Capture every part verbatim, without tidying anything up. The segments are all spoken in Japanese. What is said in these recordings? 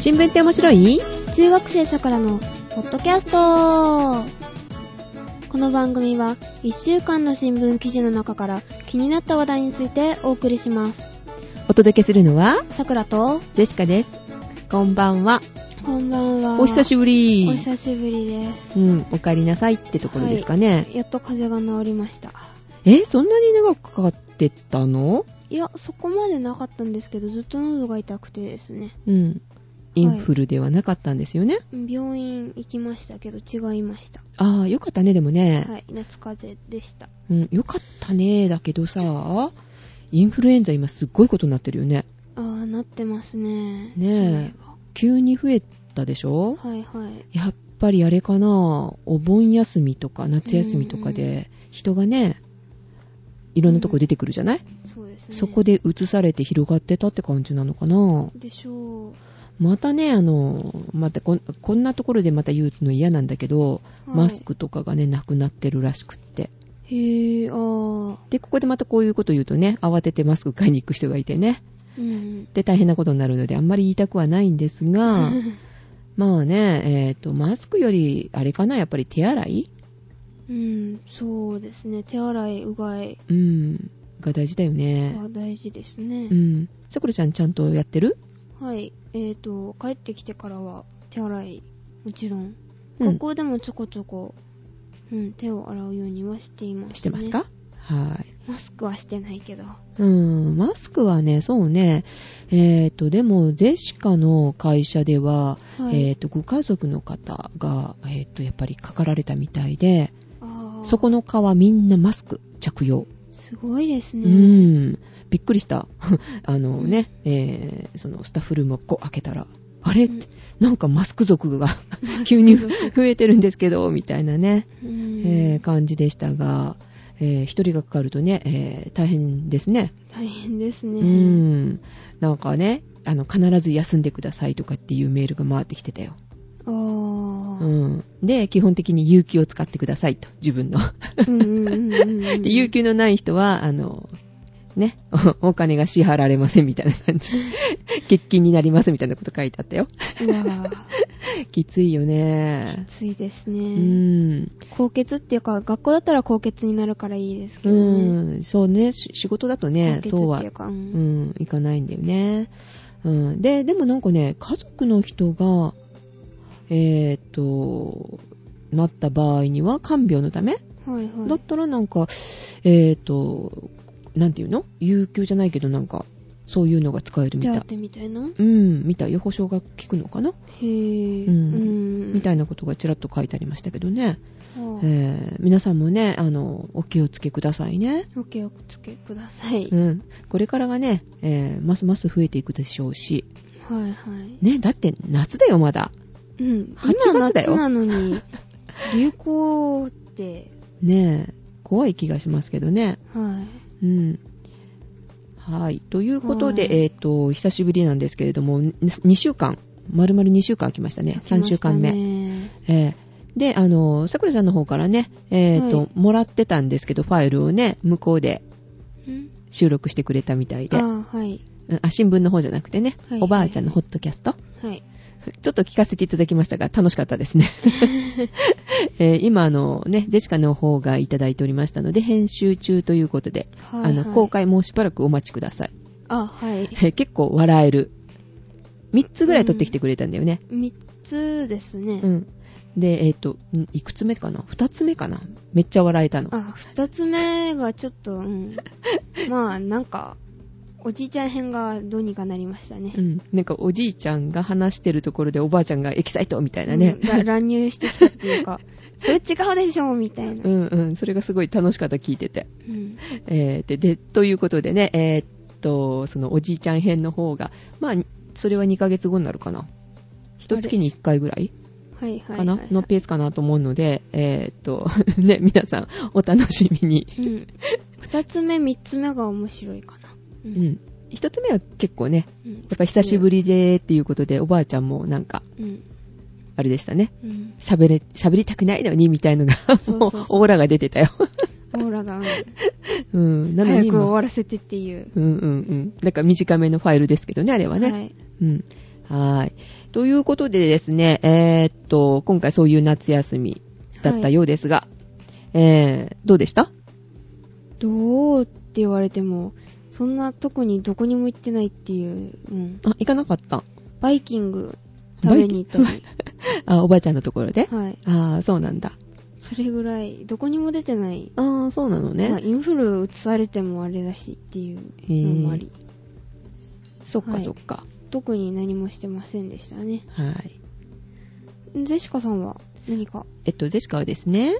新聞って面白い？ 中学生さくらのポッドキャスト。この番組はいっしゅうかんの新聞記事の中から気になった話題についてお送りします。 お届けするのはさくらとジェシカです。こんばんは。 こんばんは。 お久しぶり。 お久しぶりです。 うん、お帰りなさいってところですかね。 はい、やっと風邪が治りました。 え、そんなに長くかかってたの？ いや、そこまでなかったんですけど、ずっと喉が痛くてですね。 うん。インフルではなかったんですよね。 はい、病院行きましたけど違いました。 ああ、よかったね、でもね。 はい、夏風邪でした。 うん、よかったね。だけどさ、インフルエンザ今すっごいことになってるよね。 ああ、なってますね。 ねえ。急に増えたでしょ？ はいはい。 やっぱりあれかな、お盆休みとか夏休みとかで人がね、いろんなとこ出てくるじゃない？ うん、そうですね。そこで移されて広がってたって感じなのかな。 でしょう。 またね、あの、またこん、こんなところでまた言うの嫌なんだけど、はい、マスクとかがね、なくなってるらしくって。 へぇー、あー。 で、ここでまたこういうこと言うとね、慌ててマスク買いに行く人がいてね。うん、で、大変なことになるので、あんまり言いたくはないんですが、まあね、えっと、マスクより、あれかな、やっぱり手洗い？ うん、そうですね。手洗い、うがい。 うん、が大事だよね。 が大事ですね。 うん。さくらちゃんちゃんとやってる？ はい。えっと、帰ってきてからは手洗い、もちろん。学校でもちょこちょこ、うん、手を洗うようにはしていますね。 してますか？はい。 マスクはしてないけど。 うん、マスクはね、そうね。えっと、でも、ジェシカの会社では、はい、えっと、ご家族の方が、えっと、やっぱりかかられたみたいで、そこの科はみんなマスク着用。 すごいですね。 うん。びっくりした。あのね、うん、えー、そのスタッフルームをこう開けたら、あれって、うん、なんかマスク族が急に増えてるんですけど、みたいなね、うん、えー、感じでしたが、えー、一人がかかるとね、えー、大変ですね。 大変ですね。 うん。なんかね、あの、必ず休んでくださいとかっていうメールが回ってきてたよ。 あー、 うん、で、基本的に有給を使ってくださいと、自分の。で、有給のない人は、あの、ね、お, お金が支払われませんみたいな感じ。欠勤になりますみたいなこと書いてあったよ。 うわきついよね。 きついですね。 うん。 高血っていうか、学校だったら高血になるからいいですけどね。 うん、そうね、仕事だとね、そうは、うん、いかないんだよね。うん。で、でもなんかね、家族の人が、えーっと、なった場合には、看病のため、はいはい、だったらなんか、えーっと、なんていうの？有給じゃないけどなんか、そういうのが使えるみたい。 手当みたいな？ うん、みたい。保証が効くのかな？ へー。 うん。うんみたいなことがちらっと書いてありましたけどね。はあ、えー、皆さんもね、あの、お気をつけくださいね。 お気をつけください。 うん。これからがね、えー、ますます増えていくでしょうし。 はいはい。 ね、だって夏だよ、まだ。 うん。 はちがつだよ。 今夏なのに、流行って。 ねえ、怖い気がしますけどね。 はい。 うん。はい。ということで、はい、えっと、久しぶりなんですけれども、にしゅうかん、丸々にしゅうかん空きましたね。 空きましたね。 さんしゅうかんめ。えー、で、あの、さくらちゃんの方からね、えっと、はい、もらってたんですけど、ファイルをね、向こうで収録してくれたみたいで。 あ、はい。 あ、新聞の方じゃなくてね、はい、おばあちゃんのホットキャスト。 はい。 ちょっと聞かせていただきましたが、楽しかったですね。えー、今、あのね、ジェシカの方がいただいておりましたので、編集中ということで、はいはい、あの、公開もうしばらくお待ちください。 あ、はい。 えー、結構笑える。みっつぐらい撮ってきてくれたんだよね。 うん、みっつですね。 うん。で、えっと、いくつ目かな？ふたつめかな？めっちゃ笑えたの。 あ、ふたつめがちょっと、うん。まあ、なんか、おじいちゃん編がどうにかなりましたね。 うん。なんかおじいちゃんが話してるところでおばあちゃんがエキサイトみたいなね。 うん、乱入してきたっていうか、それ違うでしょみたいな。 うんうん。それがすごい楽しかった聞いてて。 うん、 えー、で、で、ということでね、えー、っと、そのおじいちゃん編の方が、まあ、それはにかげつごになるかな。一月にいっかいぐらいはいはい、 かなのペースかなと思うので、えー、っと、ね、皆さんお楽しみに。 うん。二つ目、三つ目が面白いかな。 うん。一つ目は結構ね、うん、やっぱ久しぶりでっていうことで、おばあちゃんもなんか、うん、あれでしたね。喋、うん、れ、喋りたくないのにみたいのが、そうそうそうもうオーラが出てたよ。 オーラが、 うん。なのに早く終わらせてっていう。 うんうんうん。だから短めのファイルですけどね、あれはね。はい。うん。 はい。ということでですね、えー、っと、今回そういう夏休みだったようですが、はい、えー、どうでした？ どうって言われても、そんな特にどこにも行ってないっていう。うん、 あ、行かなかった？ バイキング食べに行ったり。 あ、おばあちゃんのところで？ はい。 ああ、そうなんだ。 それぐらい、どこにも出てない。 ああ、そうなのね。 まあ、インフル移されてもあれだしっていうのもあり。 そっかそっか、はい。 特に何もしてませんでしたね。 はい。 ゼシカさんは何か？ えっと、ゼシカはですね、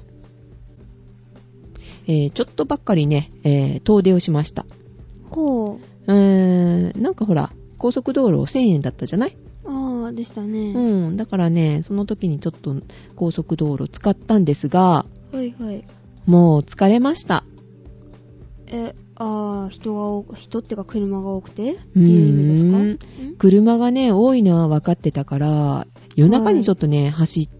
えー、ちょっとばっかりね、えー、遠出をしました。 ほう。 うーん、なんかほら、高速道路せんえんだったじゃない？ ああ、でしたね。 うん、だからね、その時にちょっと高速道路使ったんですが、 はいはい。 もう疲れました。 え、ああ、人が多く、人ってか車が多くてっていう意味ですか？ん車がね、多いのは分かってたから、夜中にちょっとね、はい、走って、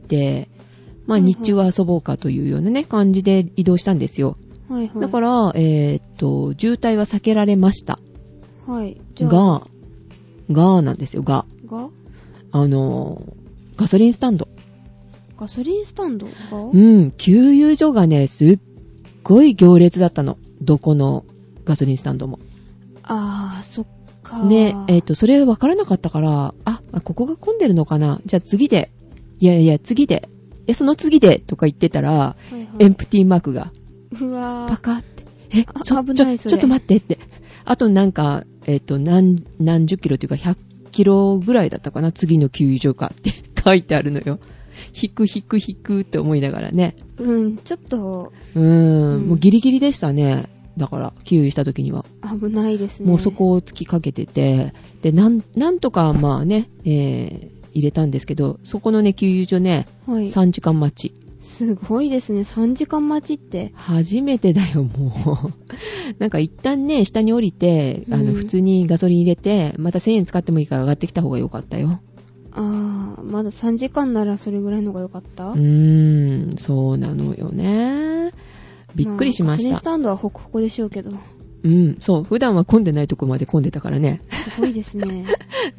まあ日中は遊ぼうかというようなね、感じで移動したんですよ。 はいはい。 だから、えー、っと、渋滞は避けられました。 はい。 じゃあが、がなんですよ、が。 があの、ガソリンスタンド。 ガソリンスタンドがうん、給油所がね、すっごい行列だったの。どこのガソリンスタンドも。 あー、そっか。 ね、えっと、それ分からなかったから、あ、ここが混んでるのかな？じゃあ次で。いやいや、次で。え、その次でとか言ってたら、はいはい、エンプティーマークが。 うわー。 パカって。え、ちょ、 危ない、 ちょ、ちょっと待ってって。あとなんか、えっと、何、何十キロというかひゃっキロぐらいだったかな、次の給油所かって書いてあるのよ。引く引く引くって思いながらね。 うん、ちょっと。 うーん、うん、もうギリギリでしたね。だから、給油した時には。 危ないですね。 もうそこを突きかけてて、で、なん、なんとかまあね、えー、入れたんですけど、そこのね、給油所ね、はい、さんじかん待ち。 すごいですね。さんじかん待ちって。 初めてだよ、もう。なんか一旦ね、下に降りて、あの、うん、普通にガソリン入れて、またせんえん使ってもいいから上がってきた方が良かったよ。 あー、まださんじかんならそれぐらいの方が良かった？ うーん、そうなのよね。びっくりしました。 まあ、ガソリンスタンドはホクホクでしょうけど。 うん、そう。普段は混んでないとこまで混んでたからね。 すごいですね。 うん、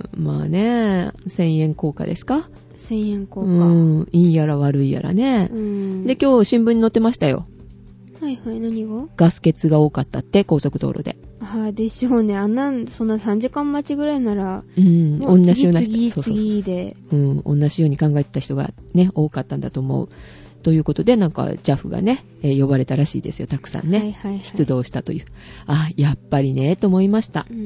まあね、せんえん効果ですか？ せんえん効果。 うん、いいやら悪いやらね。うん。で、今日新聞に載ってましたよ。 はいはい、何が？ ガス欠が多かったって、高速道路で。 ああ、でしょうね。あんな、そんなさんじかん待ちぐらいなら、 うん、同じような人。 次、次、次で。 うん、同じように考えてた人がね、多かったんだと思う。ということで、なんか ジャフ がね、えー、呼ばれたらしいですよ。たくさんね、はいはいはい、出動したという。あ、やっぱりね、と思いました。うん、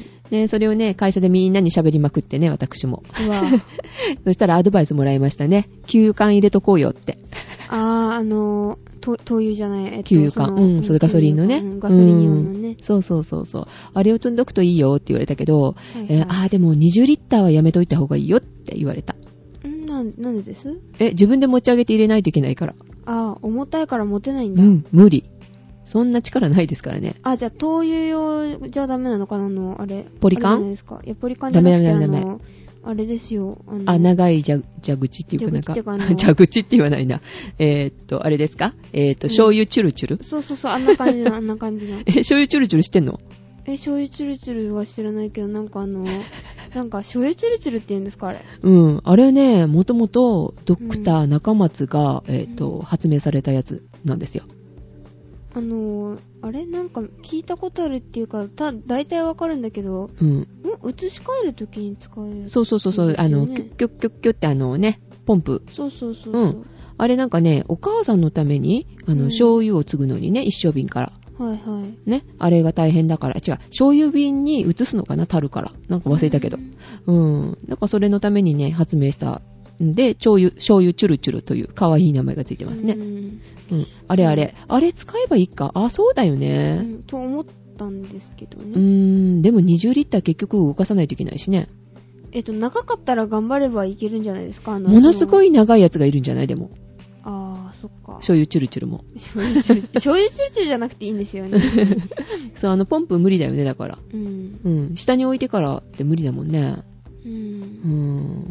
ね、それをね、会社でみんなに喋りまくってね、私も。うわそしたらアドバイスもらいましたね。給油管入れとこうよって。 あー、あのー、灯油じゃない、えっと、 給油管。うん、それガソリンのね。 うん、ガソリン用のね、うん。 そうそうそうそう。あれを積んどくといいよって言われたけど、はいはい、えー、あー、でもにじゅうリッターはやめといた方がいいよって言われた。 んな、なんでです？ え、自分で持ち上げて入れないといけないから。 ああ、重たいから持てないんだ。 うん、無理。そんな力ないですからね。 あ、じゃあ、灯油用じゃダメなのかな、あの、あれ。 ポリカン？ あれですか。いや、ポリカンじゃなくて、 ダメダメダメあの、あれですよ。 あの、あ、長い蛇口っていうかなんか。蛇口って言わないな。えー、っと、あれですか？えー、っと、醤油チュルチュル、うん、 そうそうそう、あんな感じの、あんな感じの。 え、醤油チュルチュルしてんの？ え、醤油チュルチュルは知らないけど、なんかあの、なんか醤油チュルチュルって言うんですか、あれ。 うん、あれね、もともとドクター中松が、うん、えっと、発明されたやつなんですよ。 あのー、あれなんか聞いたことあるっていうか、た、大体わかるんだけど、うん。ん移し替えるときに使うやつ、ね。 そうそうそうそう、あの、キュッキュッキュッキュッってあのね、ポンプ。 そうそうそうそう。 うん。あれなんかね、お母さんのために、あの、うん、醤油を継ぐのにね、一升瓶から。 はいはい。 ね。あれが大変だから、違う、醤油瓶に移すのかな、樽から。なんか忘れたけど。うん。うん。なんかそれのためにね、発明したんで、醤油、醤油チュルチュルという可愛い名前がついてますね。うん。うん。あれあれ。あれ使えばいいか。あ、そうだよね。うん。 と思ったんですけどね。 うーん。でもにじゅうリッター結局動かさないといけないしね。 えっと、長かったら頑張ればいけるんじゃないですか。あのものすごい長いやつがいるんじゃないでも。 あー、そっか。 醤油チュルチュルも。 醤油チュルチュル。醤油チュルチュルじゃなくていいんですよね。 そう、あの、ポンプ無理だよね、だから。 うん。 うん。下に置いてからって無理だもんね。 うん。 うん。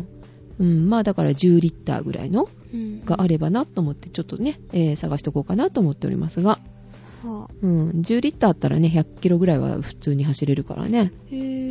うん。まあ、だからじゅうリッターぐらいの、うん、があればなと思って、ちょっとね、えー、探しておこうかなと思っておりますが。はあ、うん。じゅうリッターあったらね、ひゃっキロぐらいは普通に走れるからね。 へー。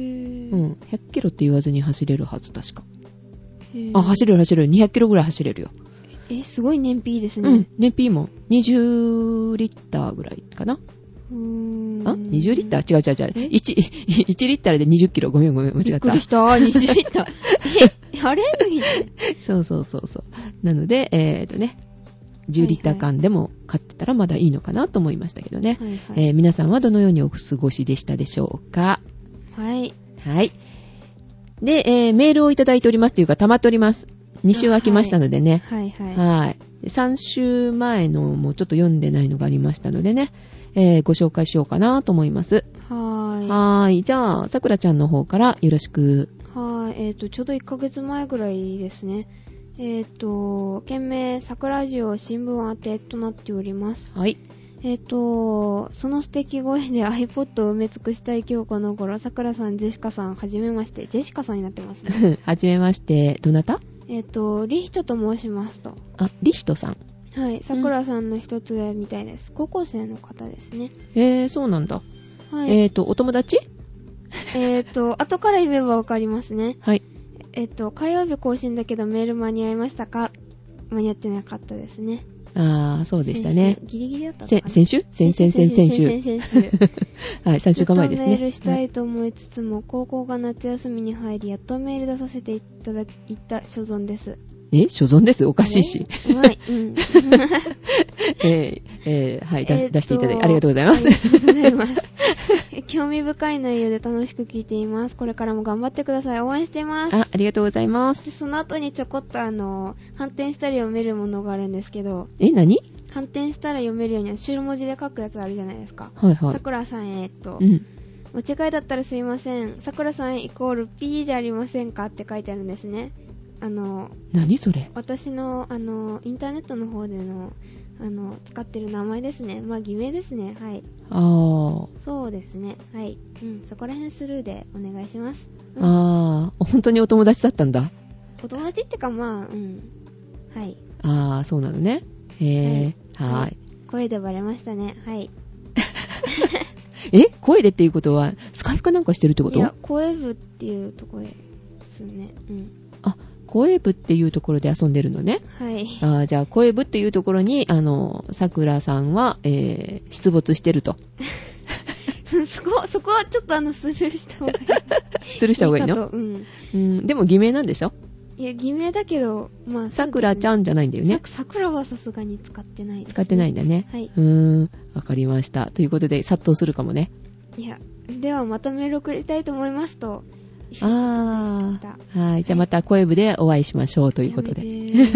うん。ひゃっキロって言わずに走れるはず、確か。あ、走れる走れる。にひゃっキロぐらい走れるよ。 え、すごい燃費いいですね。 うん、燃費いいもん。にじゅうリッターぐらいかな。 うーん。 あ ?にじゅう リッター違う違う違う。いち、いちリッターでにじゅっキロ。ごめんごめん、間違った。 びっくりした。にじゅうリッター。え、あれそうそうそうそう。なので、えーとね、じゅうリッター間でも買ってたらまだいいのかなと思いましたけどね。はいはい、えー、皆さんはどのようにお過ごしでしたでしょうか。 はい。 はい。で、えー、メールをいただいておりますというか、溜まっております。に週空きましたのでね。 はいはい。 はい。さん週前のもちょっと読んでないのがありましたのでね、えー、ご紹介しようかなと思います。 はーい。 はーい。じゃあ、さくらちゃんの方からよろしく。 はい。えっと、ちょうどいっかげつまえぐらいですね。えっと、件名、さくらジオ新聞宛てとなっております。 はい。 えっと、その素敵声で iPod を埋め尽くしたい今日この頃、さくらさん、ジェシカさん、はじめまして。ジェシカさんになってますね。 はじめまして。どなた？ えっと、リヒトと申しますと。 あ、リヒトさん。 はい。さくらさんの一つ上みたいです。高校生の方ですね。 へー、そうなんだ。 はい。 えっと、お友達？ えっと、後から言えばわかりますね。 はい。 えっと、火曜日更新だけどメール間に合いましたか？間に合ってなかったですね。 ああ、そうでしたね。 ギリギリだったのかな？ 先週先々先々週。 先々週。 はい、さんしゅうかんまえですね。 やっとメールしたいと思いつつも、はい、高校が夏休みに入り、やっとメール出させていただいた所存です。 え所存ですおかしいし。 はい、うん。 えー、えー、はい、 えー、 出していただいてありがとうございます。 ありがとうございます。興味深い内容で楽しく聞いています。これからも頑張ってください。応援しています。 あ、ありがとうございます。 その後にちょこっとあの、反転したら読めるものがあるんですけど。 え、何？ 反転したら読めるように白文字で書くやつあるじゃないですか。 はいはい。 さくらさんへ、えっと、 うん。 間違いだったらすいません。さくらさんイコール P じゃありませんかって書いてあるんですね。あの、 何それ？ 私の、あの、インターネットの方での、あの、使ってる名前ですね。まあ、偽名ですね。はい。 あー。 そうですね。はい。うん。そこら辺スルーでお願いします。 うん、あー。本当にお友達だったんだ。 お友達ってか、まあ、うん。はい。 あー、そうなのね。へー。はい。はい、 声でバレましたね。はい。 え声でっていうことは、スカイプかなんかしてるってこと？ いや、声部っていうところですね。うん。 あ、声部っていうところで遊んでるのね。 はい。 あ、じゃあ、声部っていうところに、あの、さくらさんは、えー、出没してると。 そこ、そこはちょっとあの、スルーした方がいい。 スルーした方がいいの？ うん。 うん。でも、偽名なんでしょ？ いや、偽名だけど、まあ、 さくらちゃんじゃないんだよね。 さくらはさすがに使ってないです、ね。 使ってないんだね。 はい。 うーん。わかりました。ということで、殺到するかもね。 いや、ではまたメール送りたいと思いますと。 ああ。はい。じゃあまた声部でお会いしましょうということで。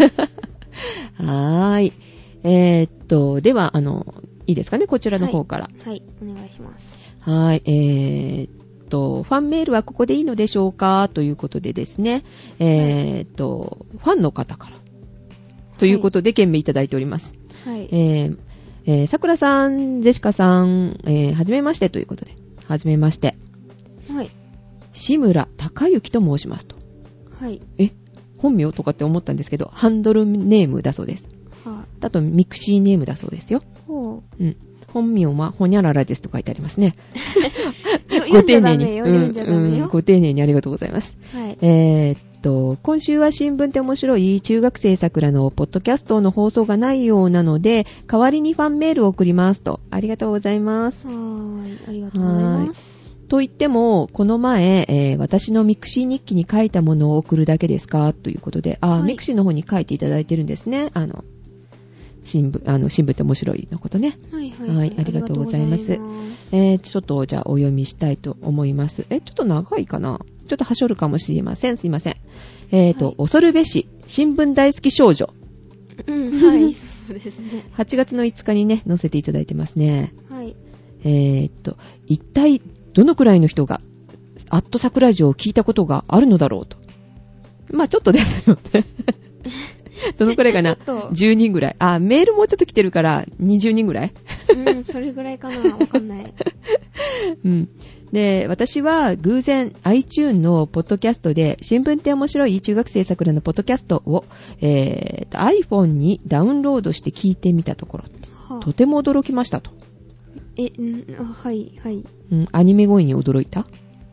はーい。えー、っと、では、あの、いいですかね、こちらの方から。 はい。はい、お願いします。 はい。えー、っと、ファンメールはここでいいのでしょうかということでですね。えー、っと、ファンの方から。ということで、件名いただいております。 はい。 えー、えー、さくらさん、ジェシカさん、えー、はじめましてということで。はじめまして。 はい。 志村隆之と申しますと。 はい。 え、本名とかって思ったんですけど、ハンドルネームだそうです。はあ、あと、ミクシーネームだそうですよ。 ほう。うん。本名はほにゃららですと書いてありますね。 ご丁寧に。うんうん、 ご丁寧にありがとうございます。 はい。 えー、っと、今週は新聞って面白い中学生さくらのポッドキャストの放送がないようなので、代わりにファンメールを送りますと。ありがとうございます。 はーい。ありがとうございます。 と言っても、この前、えー、私のミクシー日記に書いたものを送るだけですかということで、あ、はい、ミクシーの方に書いていただいてるんですね。あの、新聞、あの、新聞って面白いのことね。 はいはい、はい。 はい、ありがとうございます。ますえー、ちょっと、じゃあ、お読みしたいと思います。え、ちょっと長いかな？ちょっとはしょるかもしれません。すいません。えーと、はい、恐るべし、新聞大好き少女。 うん、はい。そうですね。 はちがつのいつかにね、載せていただいてますね。 はい。 えーと、一体、どのくらいの人が、アットサクラジオを聞いたことがあるのだろうと。まあちょっとですよね。どのくらいかな？じゅうにんぐらい。あ、メールもうちょっと来てるから、にじゅうにんぐらい？ うん、それぐらいかな。わかんない。 うん。で、私は偶然 iTunes のポッドキャストで、新聞って面白い中学生さくらのポッドキャストを、えー、iPhone にダウンロードして聞いてみたところ、はあ、とても驚きましたと。 え、ん、はい、はい。 うん、アニメ声に驚いた？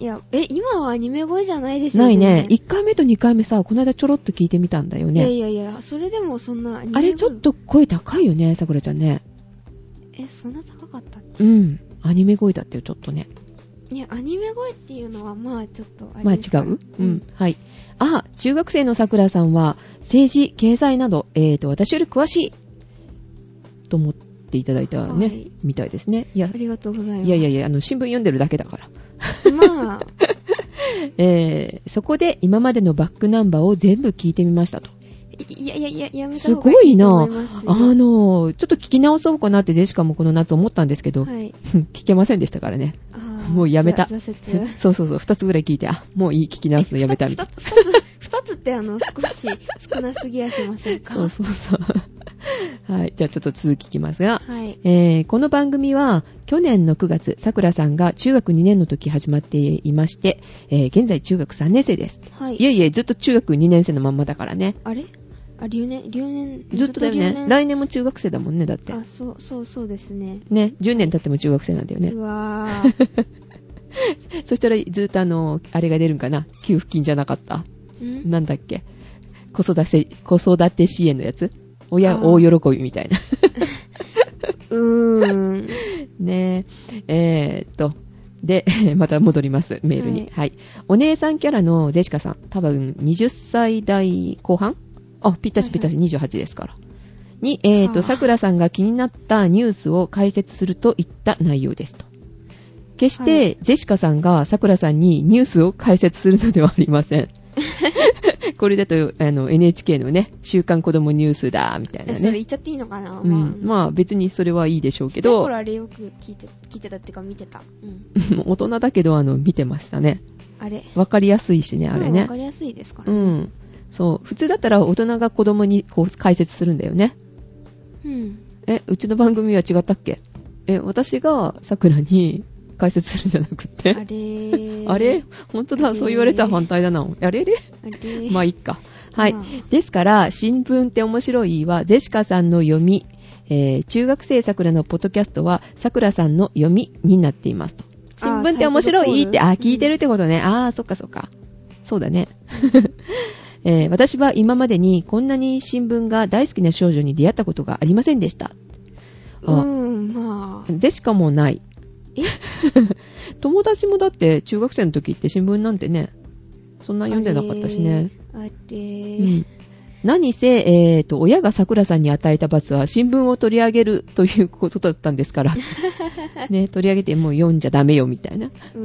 いや、え、今はアニメ声じゃないですよね。ないね。いっかいめとにかいめさ、この間ちょろっと聞いてみたんだよね。 いやいやいや、それでもそんなアニメ声。 あれちょっと声高いよね、さくらちゃんね。 え、そんな高かったっけ？ うん。アニメ声だってよ、ちょっとね。 いや、アニメ声っていうのは、まあちょっとあれまあ違う、うん、うん。はい。あ、中学生のさくらさんは、政治、経済など、えーと、私より詳しいと思っていただいたね、はい、みたいですね。いや、 ありがとうございます。 いやいやいや、あの、新聞読んでるだけだから。 まあ。 えー、そこで今までのバックナンバーを全部聞いてみましたと。 いやいやいや、やめた方がいいと思います。 すごいな。あの、ちょっと聞き直そうかなってジェシカもこの夏思ったんですけど、はい、聞けませんでしたからね。もうやめた。そうそうそう、二つぐらい聞いて、あ、もういい、聞き直すのやめたみたいな。 二つ、二つ、二つってあの、少し少なすぎやしませんか？ そうそうそう。はい、じゃあちょっと続きいきますが、 はい、 えー、この番組は去年のくがつ、さくらさんが中学にねんの時始まっていまして、えー、現在中学さんねん生です。 はい。 いやいや、ずっと中学にねん生のまんまだからね。 あれ？あ、留年、留年、 ずっとだよね。来年も中学生だもんね、だって。 あ、そう、そう、そうですね。 ね、じゅうねん経っても中学生なんだよね。 うわー。 そしたらずっとあの、あれが出るんかな？給付金じゃなかった？んなんだっけ？子育て、子育て支援のやつ？親大喜びみたいな。 うーん。 ねえ、えー、っと、で、また戻ります、メールに。はい。はい、お姉さんキャラのジェシカさん、多分にじゅっさい代後半？あ、ぴったしぴったしにじゅうはちですから。に、えー、っと、さくらさんが気になったニュースを解説するといった内容ですと。決して、ジェシカさんがさくらさんにニュースを解説するのではありません。これだとあの エヌエイチケー のね、週刊子供ニュースだみたいなね。 それ言っちゃっていいのかな。 うん、まあ別にそれはいいでしょうけど。 これあれよく聞いて聞いてたっていうか見てた。 うん、大人だけどあの見てましたね。 あれ。 わかりやすいしね、あれね。 わかりやすいですからね。 うん。そう、普通だったら大人が子供にこう解説するんだよね。 うん。 え、うちの番組は違ったっけ？え、私がさくらに解説するんじゃなくて。 あれー。 あれ本当だ、そう言われたら反対だな。あれれあれまあいいか。はい。ですから、新聞って面白いは、ジェシカさんの読み、えー、中学生さくらのポッドキャストは、さくらさんの読みになっていますと。新聞って面白いって、あ、聞いてるってことね。うん、あー、そっかそっか。そうだね。えー、私は今までにこんなに新聞が大好きな少女に出会ったことがありませんでした。 うーん、まあ。 ジェシカもない。 え友達もだって中学生の時って新聞なんてね、そんな読んでなかったしね。 あれー、 うん、何せ、えーと、親が桜さんに与えた罰は新聞を取り上げるということだったんですから。ね、取り上げてもう読んじゃダメよみたいな。 うん、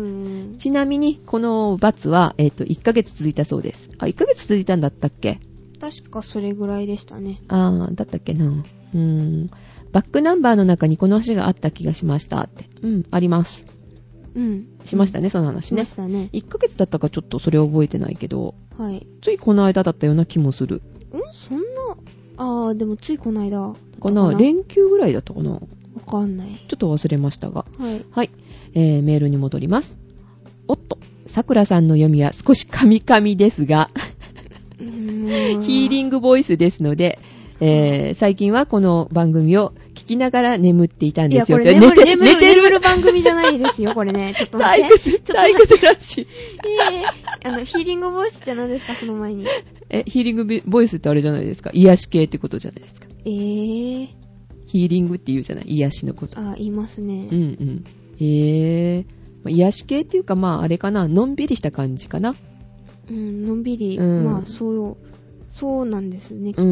ちなみに、この罰は、えーと、いっかげつ続いたそうです。あ、いっかげつ続いたんだったっけ？ 確かそれぐらいでしたね。 あー、だったっけな。うーん。バックナンバーの中にこの話があった気がしましたって。うん、あります。 うん。 しましたね、その話ね。 しましたね。 いっかげつだったかちょっとそれ覚えてないけど。 はい。 ついこの間だったような気もする。ん？ そんな、あー、でもついこの間。 かな？連休ぐらいだったかな？わかんない。 ちょっと忘れましたが。 はい。 はい。えー、メールに戻ります。おっと、さくらさんの読みは少しカミカミですが、ヒーリングボイスですので、えー、最近はこの番組を聞きながら眠っていたんですよ。 いや、これ眠る、眠る、眠る番組じゃないですよ、これね。ちょっと待って。 退屈、退屈らしい。 えー、あの、ヒーリングボイスって何ですか、その前に。 え、ヒーリングボイスってあれじゃないですか。癒し系ってことじゃないですか。 えー。 ヒーリングって言うじゃない、癒しのこと。 あ、言いますね。 うんうん。えー。まあ、癒し系っていうか、まあ、あれかな、のんびりした感じかな。 うん、のんびり。うん、まあ、そう、そうなんですね、きっと。うん。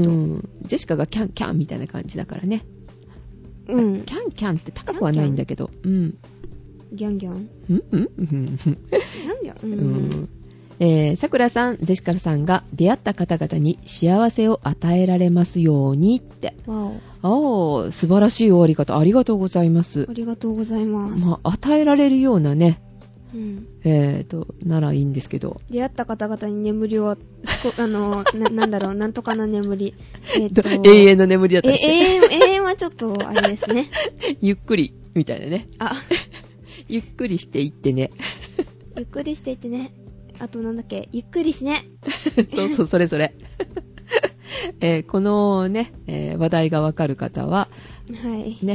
ジェシカがキャンキャンみたいな感じだからね。 うん。 キャンキャンって高くはないんだけど。うん。 ギャンギャンうんうんうん。ギャンギャンうん。 うんえー、さくらさん、ジェシカさんが出会った方々に幸せを与えられますようにって。 わお。ああ、素晴らしい終わり方。ありがとうございます。 ありがとうございます。 まあ、与えられるようなね。 うん、 えーと、ならいいんですけど。 出会った方々に眠りを、あの、な、なんだろう、なんとかな眠り。 えーと、永遠の眠りだったりして。 永遠、永遠はちょっと、あれですね。 ゆっくり、みたいなね。 あ。 ゆっくりしていってね。 ゆっくりしていってね。あとなんだっけ、ゆっくりしね。 そうそう、それそれ。えー、このね、えー、話題がわかる方は、 はい。 ね、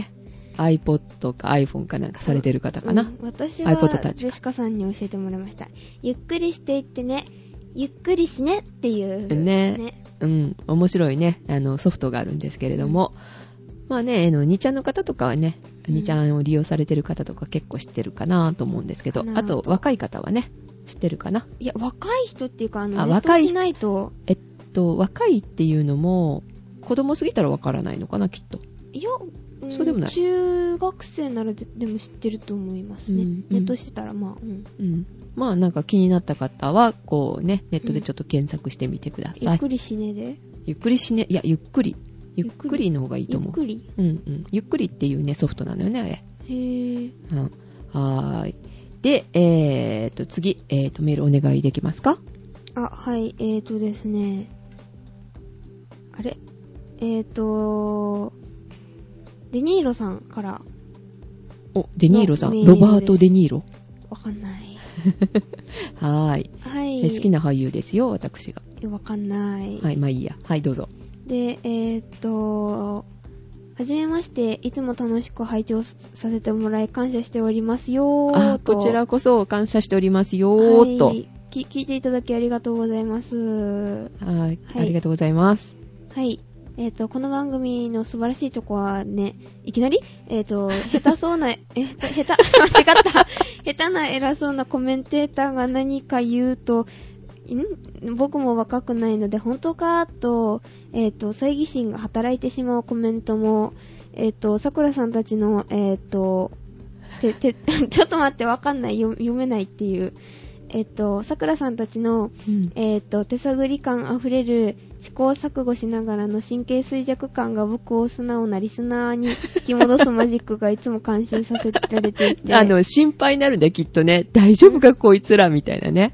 iPod か iPhone かなんかされてる方かな。うん、 私はジェシカさんに教えてもらいました。ゆっくりしていってね、ゆっくりしねっていうね。ね。うん、面白いね、あのソフトがあるんですけれども、うん、まあね、あのにちゃんの方とかはね、うん、にちゃんを利用されてる方とか結構知ってるかなと思うんですけど、あと若い方はね、知ってるかな。 いや、若い人っていうか、あの、あネットしないと。 えっと、若いっていうのも、子供過ぎたらわからないのかな、きっと。 いや、 そうでもない。 中学生ならでも知ってると思いますね。うん、ネットしてたら、まあ、うん。 うん。まあ、なんか気になった方は、こうね、ネットでちょっと検索してみてください。うん、 ゆっくりしねで。 ゆっくりしね、いや、ゆっくり。ゆっくりの方がいいと思う。 ゆっくり。 うんうん。ゆっくりっていうね、ソフトなのよね、あれ。へー。 うん。はーい。で、えーと、次、えーと、メールお願いできますか？ あ、はい、えーとですね。あれえーと、デニーロさんから。 お、デニーロさん。ロバート・デニーロ。 わかんない。 はーい。はい。好きな俳優ですよ、私が。 わかんない。 はい、まあいいや。はい、どうぞ。 で、えーと、はじめまして、いつも楽しく拝聴させてもらい感謝しておりますよーと。 あ、こちらこそ感謝しておりますよーと。はい。 聞いていただきありがとうございます。 はい。はい。ありがとうございます。 はい。えっと、この番組の素晴らしいとこはね、いきなりえっと、下手そうな、え、下手、間違った。下手な偉そうなコメンテーターが何か言うと、ん僕も若くないので本当かと、えっと、猜疑心が働いてしまうコメントも、えっと、桜さんたちの、えっと、て、て、ちょっと待って、わかんない、読めないっていう、えっと、桜さんたちの、うん、えっと、手探り感あふれる試行錯誤しながらの神経衰弱感が僕を素直なリスナーに引き戻すマジックがいつも感心させられていて。 あの、心配になるんだよ、きっとね。大丈夫か、こいつら、みたいなね。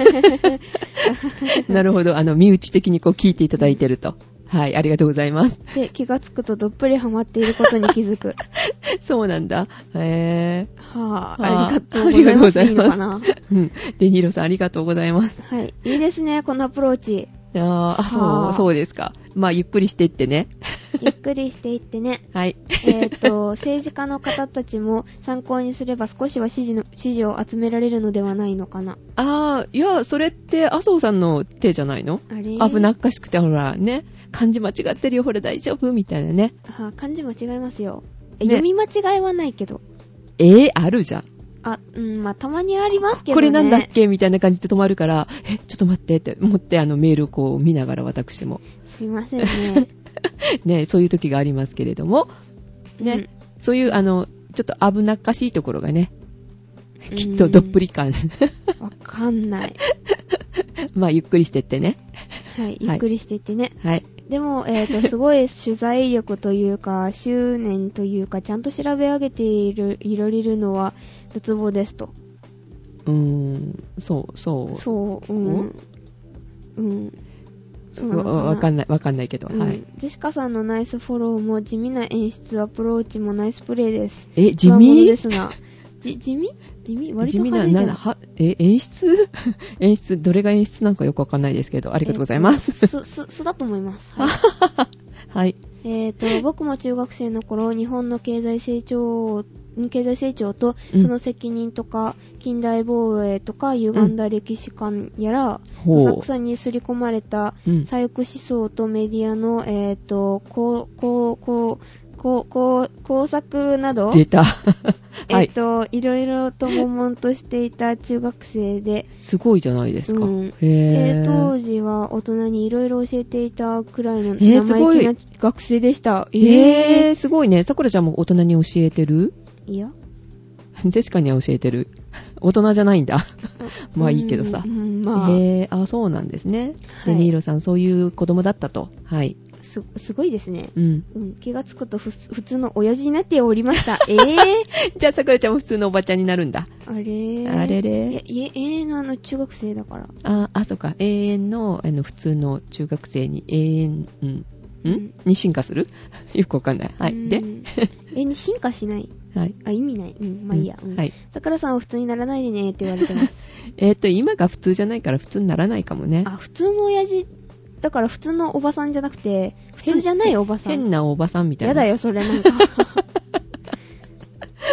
なるほど、あの、身内的にこう聞いていただいてると。はい、ありがとうございます。 で、気がつくとどっぷりハマっていることに気づく。 そうなんだ。へぇー。はぁ、あ、ありがとうございます。いいのかな。 うん。デニーロさんありがとうございます。 はい。いいですね、このアプローチ。 ああ、そう、そうですか。まあ、ゆっくりしていってね。 ゆっくりしていってね。 はい。 えっと、政治家の方たちも参考にすれば少しは支持の、支持を集められるのではないのかな。 ああ、いや、それって麻生さんの手じゃないの？あれ？危なっかしくて、ほら、ね。漢字間違ってるよ、ほら大丈夫みたいなね。 あ、漢字間違いますよ。ね、読み間違いはないけど。 えー、あるじゃん。 あ、うん、まあ、たまにありますけどね。 これなんだっけみたいな感じで止まるから、え、ちょっと待ってって思ってあのメールをこう見ながら私も。 すいませんね。 ね、そういう時がありますけれども、ね、うん、そういうあの、ちょっと危なっかしいところがね、きっとどっぷり感。 わかんない。 まあ、ゆっくりしてってね。 はい、ゆっくりしていってね。 はい。 でも、えっと、すごい取材力というか、執念というか、ちゃんと調べ上げている、いられるのは、脱帽ですと。 うーん、そう、そう。 そう、うん。うん。 そうなのかな。わかんない、わかんないけど、うん、はい。 ジェシカさんのナイスフォローも地味な演出、アプローチもナイスプレイです。 え、地味ですが。じ、地味地味割と派手じゃん。地味な、な、は、え、演出演出、どれが演出なんかよくわかんないですけど、ありがとうございます。す、す、すだと思います。はい。 はい。 えっと、僕も中学生の頃、日本の経済成長、経済成長と、その責任とか、うん、近代防衛とか、歪んだ歴史観やら、どさくさに刷り込まれた、左翼思想とメディアの、えっと、こう、こう、こう、こう、こう、工作など出た。 えっと、はい、いろいろと悶々としていた中学生で。 すごいじゃないですか。うん、 へー。当時は大人にいろいろ教えていたくらいの生意気な学生でした。 えー、えー、すごいね。さくらちゃんも大人に教えてる？ いや。 ジェシカには教えてる。大人じゃないんだ。まあいいけどさ。 うん、まあ。 へー、あ、そうなんですね。はい、デニーロさん、そういう子供だったと。はい。 す、すごいですね。 うん。 うん、気がつくとふ普通の親父になっておりました。えぇ、ー、 じゃあ、さくらちゃんも普通のおばちゃんになるんだ。 あれー。 あれれいや、いえ、永遠のあの、中学生だから。 あ、あ、そっか。永遠の、あの、普通の中学生に永遠、うん。ん、うん、に進化するよくわかんない。はい。でえ、に進化しない。 はい。 あ、意味ない。うん、まあいいや。うん、 はい。 さくらさんは普通にならないでねって言われてます。 えっと、今が普通じゃないから普通にならないかもね。 あ、普通の親父、だから普通のおばさんじゃなくて、普通じゃないおばさん。 変なおばさんみたいな。 やだよ、それなんか。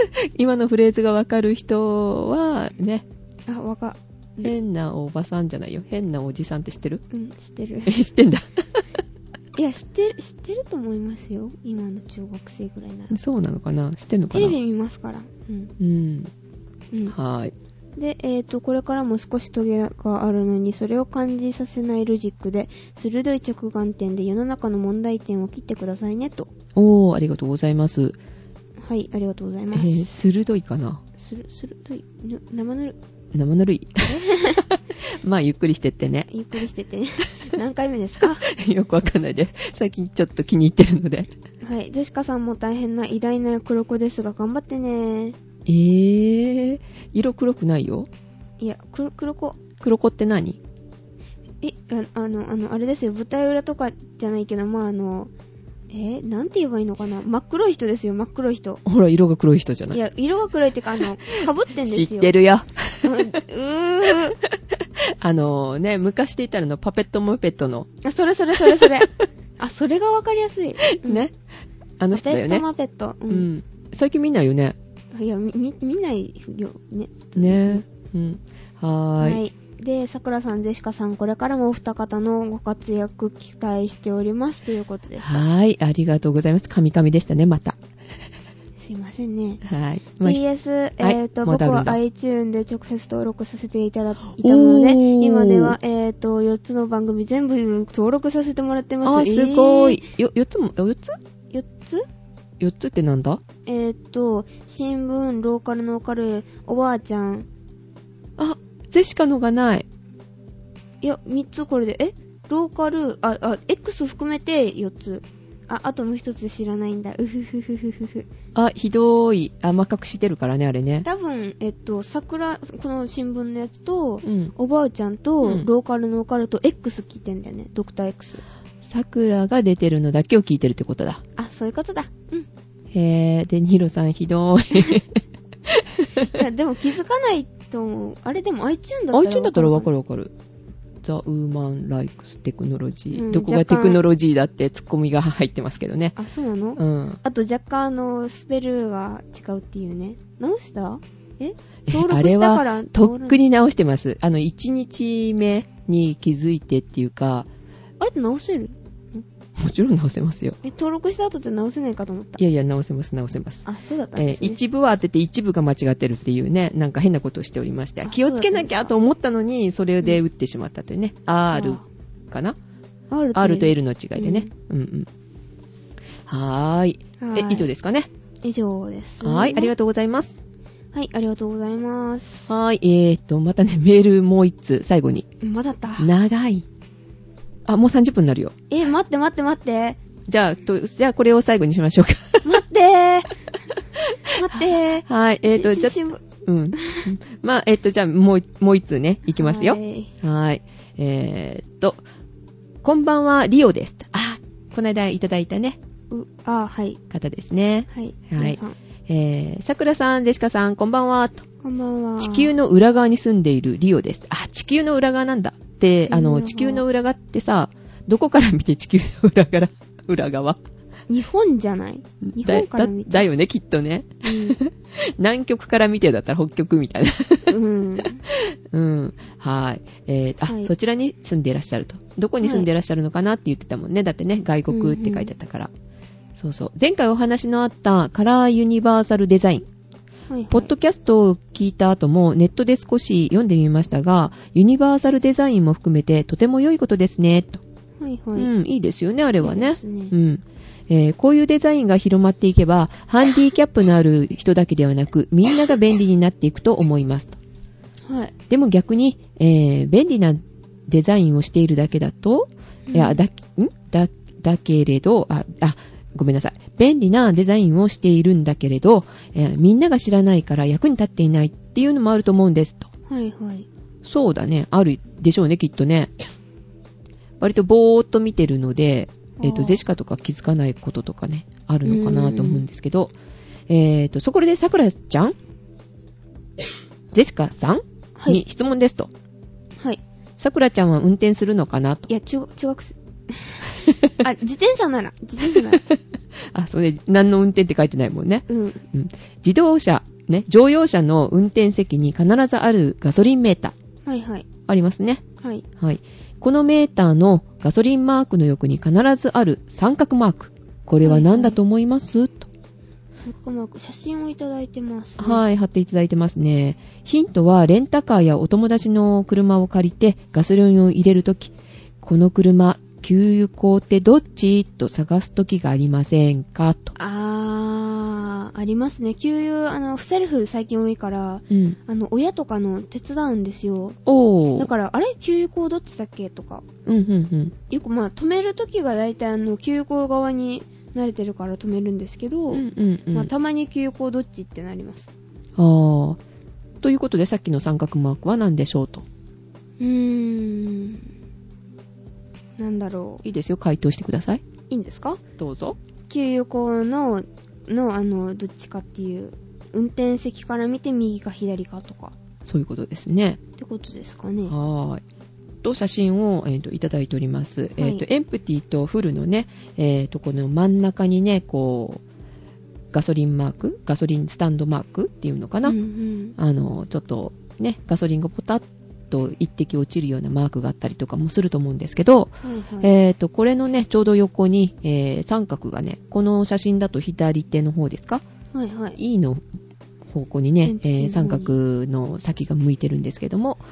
今のフレーズがわかる人はね。 あ、わか変なおばさんじゃないよ。変なおじさんって知ってる？ うん、知ってる。 え、知ってんだ。 いや、知ってる、知ってると思いますよ。今の中学生ぐらいなら。 そうなのかな？知ってんのかな？ テレビ見ますから。うん。 うん。 うん、 はい。 で、えっと、これからも少しトゲがあるのに、それを感じさせないロジックで、鋭い直眼点で世の中の問題点を切ってくださいね、と。 おー、ありがとうございます。 はい、ありがとうございます。 えー、鋭いかな？ する、鋭い、生ぬる。 生ぬるい。まあ、ゆっくりしてってね。 ゆっくりしてってね。何回目ですか？ よくわかんないです。最近ちょっと気に入ってるので。 はい。デシカさんも大変な偉大な黒子ですが、頑張ってね。 えー、色黒くないよ。 いや、黒、黒子。 黒子って何？ え、あ、あの、あの、あれですよ。舞台裏とかじゃないけど、まあ、あの、えー、なんて言えばいいのかな。真っ黒い人ですよ、真っ黒い人。 ほら、色が黒い人じゃない。 いや、色が黒いってか、あの、被ってんですよ。 知ってるよ。 うー。 あのね、昔で言ったらのパペットモペットの。 あ、それそれそれそれ。あ、それがわかりやすい。 うん、ね。あの人だよね。 パペットマペット。 うん。うん、最近見ないよね。 いや、み、見ないよね。 ね。うん。はーい。はい。 で、桜さん、デシカさん、これからもお二方のご活躍期待しておりますということです。 はーい、ありがとうございます。神々でしたね、また。 すいませんね。 はい。 ピーエス、はい、えっ、ー、と、僕は iTunes で直接登録させていただいたので、今では、えっ、ー、と、よっつの番組全部登録させてもらってます。 あ、すごい。えー、よ、よっつも、よっつ ? よっつ ? よっつってなんだ？ えっ、ー、と、新聞、ローカルのカル、おばあちゃん。 あ、ゼシカのがない。 いや、みっつこれで、えローカル、あ、あ、X 含めてよっつ。あ、あともう一つ知らないんだ。うふふふふふふ。 あ、ひどい。あ、ま隠してるからね、あれね。 多分、えっと、桜、この新聞のやつと、 うん、 おばあちゃんと、うん、ローカルのオカルと X 聞いてんだよね。ドクター X。 桜が出てるのだけを聞いてるってことだ。 あ、そういうことだ。うん。 へー、で、ニロさんひどい。 いや、でも気づかないと思う。あれでも iTunes だったら iTunes だったらわかるわかる。ザ・ウーマン・ライクス・テクノロジー、 うん、 どこがテクノロジーだってツッコミが入ってますけどね。 あ、そうなの？ うん。 あと若干あの、スペルが違うっていうね。直した？え登録したから。 あれは、とっくに直してます。あの、いちにちめに気づいてっていうか。 あれって直せる？ もちろん直せますよ。 え、登録した後って直せないかと思った。 いやいや、直せます、直せます。 あ、そうだったんですね。 えー、一部は当てて一部が間違ってるっていうね、なんか変なことをしておりまして。気をつけなきゃと思ったのに、それで打ってしまったというね。うん、R かな？ R と L。 R と L の違いでね。うん、うんうん。はーい。 はーい。 え、以上ですかね。 以上です、 ね。はい、ありがとうございます。 はい、ありがとうございます。 はーい、えーっと、またね、メールもう一通、最後に。 まだだった。 長い。あ、もうさんじゅっぷんになるよ。 え、待って待って待って。 じゃあ、と、じゃあこれを最後にしましょうか。 待ってー。待ってー。 はい、えーっと、じゃあ、うん。まあ、えーっと、じゃあ、もう、もう一通ね、いきますよ。はい。はい。えーっと、こんばんは、リオです。あ、この間いただいたね。 う、あ、はい。 方ですね。 はい。 はい。えー、さくらさん、ジェシカさん、こんばんは。と。 こんばんは。 地球の裏側に住んでいるリオです。あ、地球の裏側なんだ。で、あの、地球の裏側ってさ、どこから見て地球の裏側、裏側日本じゃない？日本から見て。 だ、だよね、きっとね。うん、南極から見てだったら北極みたいな。うん。うん。はい。えー、あ、はい、そちらに住んでいらっしゃると。どこに住んでいらっしゃるのかなって言ってたもんね。だってね、外国って書いてあったから。うんうん、そうそう。前回お話のあったカラーユニバーサルデザイン。はいはい、ポッドキャストを聞いた後もネットで少し読んでみましたが、ユニバーサルデザインも含めてとても良いことですね、と。はいはい。うん、いいですよね、あれはね。いいですね。うん。えー、こういうデザインが広まっていけば、ハンディキャップのある人だけではなく、みんなが便利になっていくと思いますと。はい。でも逆に、えー、便利なデザインをしているだけだと、うん、いや、だ、んだ、だけれど、あ、あ、ごめんなさい。便利なデザインをしているんだけれど、えー、みんなが知らないから役に立っていないっていうのもあると思うんですと。はいはい。そうだね。あるでしょうね、きっとね。割とぼーっと見てるので、えっと、ジェシカとか気づかないこととかね、あるのかなと思うんですけど、えっと、そこでさくらちゃんジェシカさん、はい、に質問ですと。はい。さくらちゃんは運転するのかなと。 いや、中、中学生。 あ、自転車なら、自転車なら。 あ、それ、何の運転って書いてないもんね。 うん。 うん、自動車、ね、乗用車の運転席に必ずあるガソリンメーター。 はいはい。 ありますね。 はい。 はい。このメーターのガソリンマークの横に必ずある三角マーク。これは何だと思います、はいはい、と。 三角マーク、写真をいただいてます、ね。 はい、貼っていただいてますね。ヒントは、レンタカーやお友達の車を借りてガソリンを入れるとき、この車、給油口ってどっちと探すときがありませんかと。 あー、ありますね。給油、あの、セルフ最近多いから、うん、あの、親とかの手伝うんですよ。おー。だから、あれ給油口どっちだっけとか。うん、うん、うん。よくまあ、止めるときがだいたいあの、給油口側に慣れてるから止めるんですけど、うん、うん、うん。まあ、たまに給油口どっちってなります。 あー。ということで、さっきの三角マークは何でしょうと。 うーん。なんだろう。 いいですよ、回答してください。 いいんですか？ どうぞ。 給油口の、の、あの、どっちかっていう、運転席から見て右か左かとか。 そういうことですね。 ってことですかね。 はーい。と、写真を、えー、といただいております。はい、えー、と、エンプティとフルのね、えー、と、この真ん中にね、こう、ガソリンマーク、ガソリンスタンドマークっていうのかな。うんうん、あの、ちょっと、ね、ガソリンがポタッと一滴落ちるようなマークがあったりとかもすると思うんですけど、はいはい、えーと、これのね、ちょうど横に、えー、三角がね、この写真だと左手の方ですか？はいはい。E の方向にね、えー、三角の先が向いてるんですけども、はい、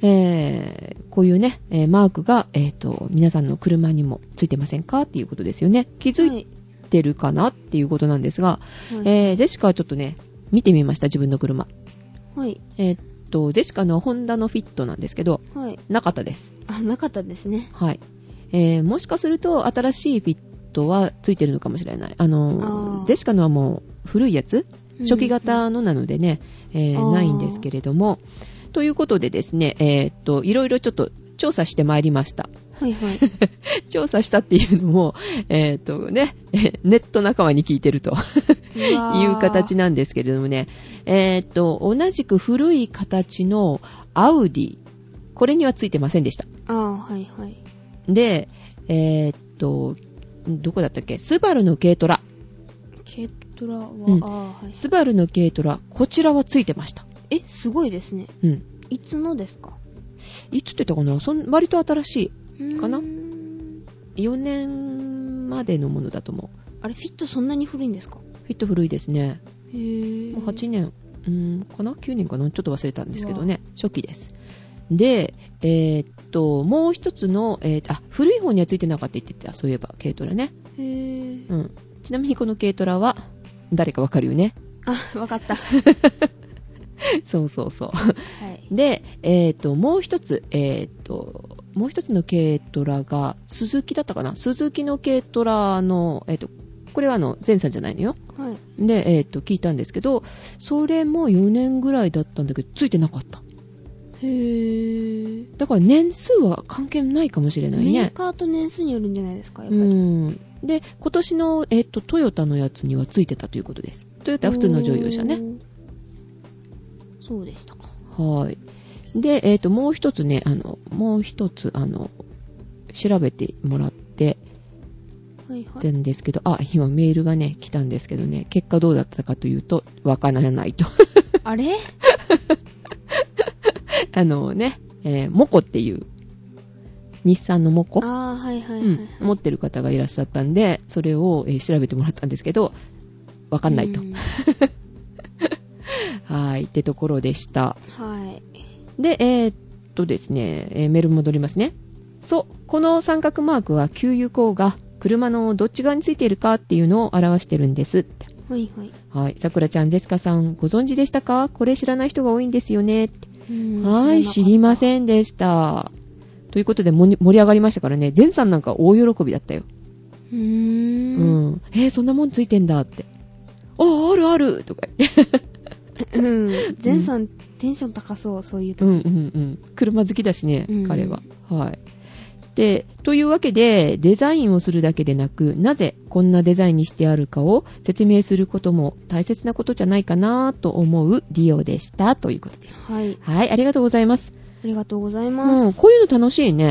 えー、こういうね、えー、マークが、えーと、皆さんの車にもついてませんかっていうことですよね。気づいてるかなっていうことなんですが、はい、えー、ジェシカはちょっとね、見てみました、自分の車。はい。えーと、ジェシカのホンダのフィットなんですけど、はい、なかったです。 あ、なかったですね。 はい。えー、もしかすると新しいフィットはついてるのかもしれない。あの、あジェシカのはもう古いやつ、初期型のなのでね、うんうん、えー、ないんですけれども、ということでですね、えー、っと、いろいろちょっと調査してまいりました。はいはい。調査したっていうのも、えー、っとね、ネット仲間に聞いてるという形なんですけれどもね、えー、っと、同じく古い形のアウディ、これにはついてませんでした。 ああ、はいはい。 で、えー、っと、どこだったっけ？スバルの軽トラ。 軽トラは、 うん、あはい。スバルの軽トラ、こちらはついてました。 え、すごいですね。うん。いつのですか？ いつって言ったかな？そん割と新しいかな？よねんまでのものだと思う。 あれ、フィットそんなに古いんですか？ フィット古いですね。 へー。 もうはちねん、うーん、かな ?きゅうねんかなちょっと忘れたんですけどね。初期です。で、えー、っと、もう一つの、えー、あ、古い方にはついてなかったって言ってた。そういえば、軽トラね。 へー。 うん。ちなみにこの軽トラは、誰かわかるよね。 あ、わかった。 そうそうそう。はい、で、えー、っと、もう一つ、えー、っと、もう一つの軽トラが、スズキだったかな？スズキの軽トラの、えー、っと、これはあの、前さんじゃないのよ。はい。で、えー、っと、聞いたんですけど、それもよねんぐらいだったんだけど、ついてなかった。 へー。 だから年数は関係ないかもしれないね。 メーカーと年数によるんじゃないですか、やっぱり。 うん。で、今年の、えー、っと、トヨタのやつにはついてたということです。トヨタは普通の乗用車ね。 そうでしたか。 はい。で、えっと、もう一つね、あの、もう一つ、あの、調べてもらって、はいはい。たんですけど、あ、今メールがね、来たんですけどね、結果どうだったかというと、わからないと。 あれあのね、えー、モコっていう、日産のモコ。 ああ、はいはいはい、はい、 うん。持ってる方がいらっしゃったんで、それを、えー、調べてもらったんですけど、わかんないと。はい、ってところでした。 はい。 で、えー、っとですね、えー、メール戻りますね。そう、この三角マークは給油口が車のどっち側についているかっていうのを表してるんですって。 はいはい。 はい、さくらちゃん、ジェシカさん、ご存知でしたか？これ知らない人が多いんですよねって。はい、知りませんでした。ということで盛り上がりましたからね、ゼンさんなんか大喜びだったよ。 うーん。うん。 えー、そんなもんついてんだって。あ、あるあるとか言って。 うん。ゼンさん、うん、テンション高そう、そういう時。 うんうんうん。車好きだしね、うん、彼は。はい。で、というわけで、デザインをするだけでなく、なぜこんなデザインにしてあるかを説明することも大切なことじゃないかなと思う利用でしたということです。 はい。 はい、ありがとうございます。 ありがとうございます。 うん、こういうの楽しいね。